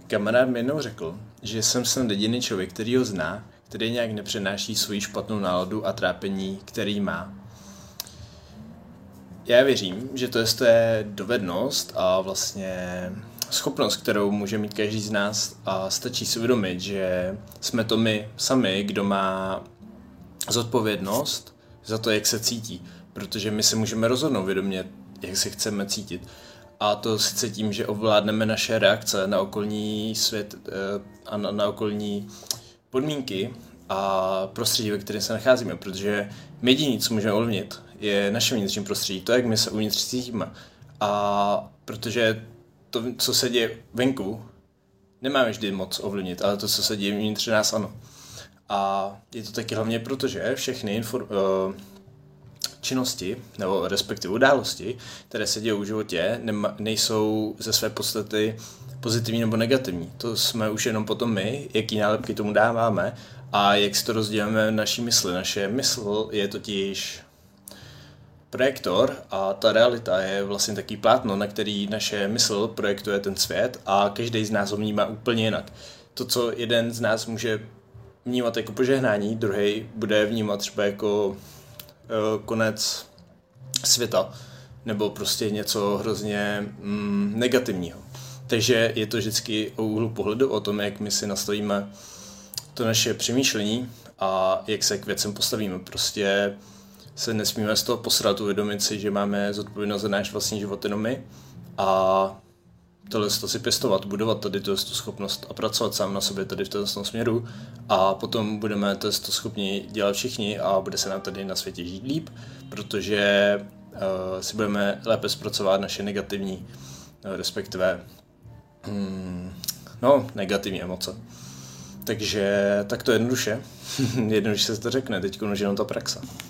Kamarád mi jednou řekl, že jsem snad jediný člověk, který ho zná, který nějak nepřenáší svoji špatnou náladu a trápení, který má. Já věřím, že to je dovednost a vlastně schopnost, kterou může mít každý z nás, a stačí si uvědomit, že jsme to my sami, kdo má zodpovědnost za to, jak se cítí, protože my se můžeme rozhodnout vědomě, jak se chceme cítit. A to sice tím, že ovládneme naše reakce na okolní svět a na okolní podmínky a prostředí, ve kterém se nacházíme, protože my jediný, co můžeme ovlivnit, je naše vnitřní prostředí, to, jak my se uvnitř cítíme. A protože to, co se děje venku, nemáme vždy moc ovlivnit, ale to, co se děje vnitř nás, ano. A je to taky hlavně proto, že všechny činnosti, nebo respektive události, které se dějí v životě, nejsou ze své podstaty pozitivní nebo negativní. To jsme už jenom potom my, jaký nálepky tomu dáváme a jak si to rozdělíme v naší mysli. Naše mysl je totiž projektor a ta realita je vlastně taký plátno, na který naše mysl projektuje ten svět a každý z nás ho vnímá úplně jinak. To, co jeden z nás může vnímat jako požehnání, druhý bude vnímat třeba jako konec světa, nebo prostě něco hrozně negativního. Takže je to vždycky o úhlu pohledu, o tom, jak my si nastavíme to naše přemýšlení a jak se k věcem postavíme. Prostě se nesmíme z toho posrat, uvědomit si, že máme zodpovědnost za náš vlastní život jenom my a tohle si pěstovat, budovat tady tu schopnost a pracovat sám na sobě tady v tomto směru a potom budeme to schopni dělat všichni a bude se nám tady na světě žít líp, protože si budeme lépe zpracovat naše negativní, respektive negativní emoce. Takže tak to jednoduše se to řekne, teď už jenom ta praxe.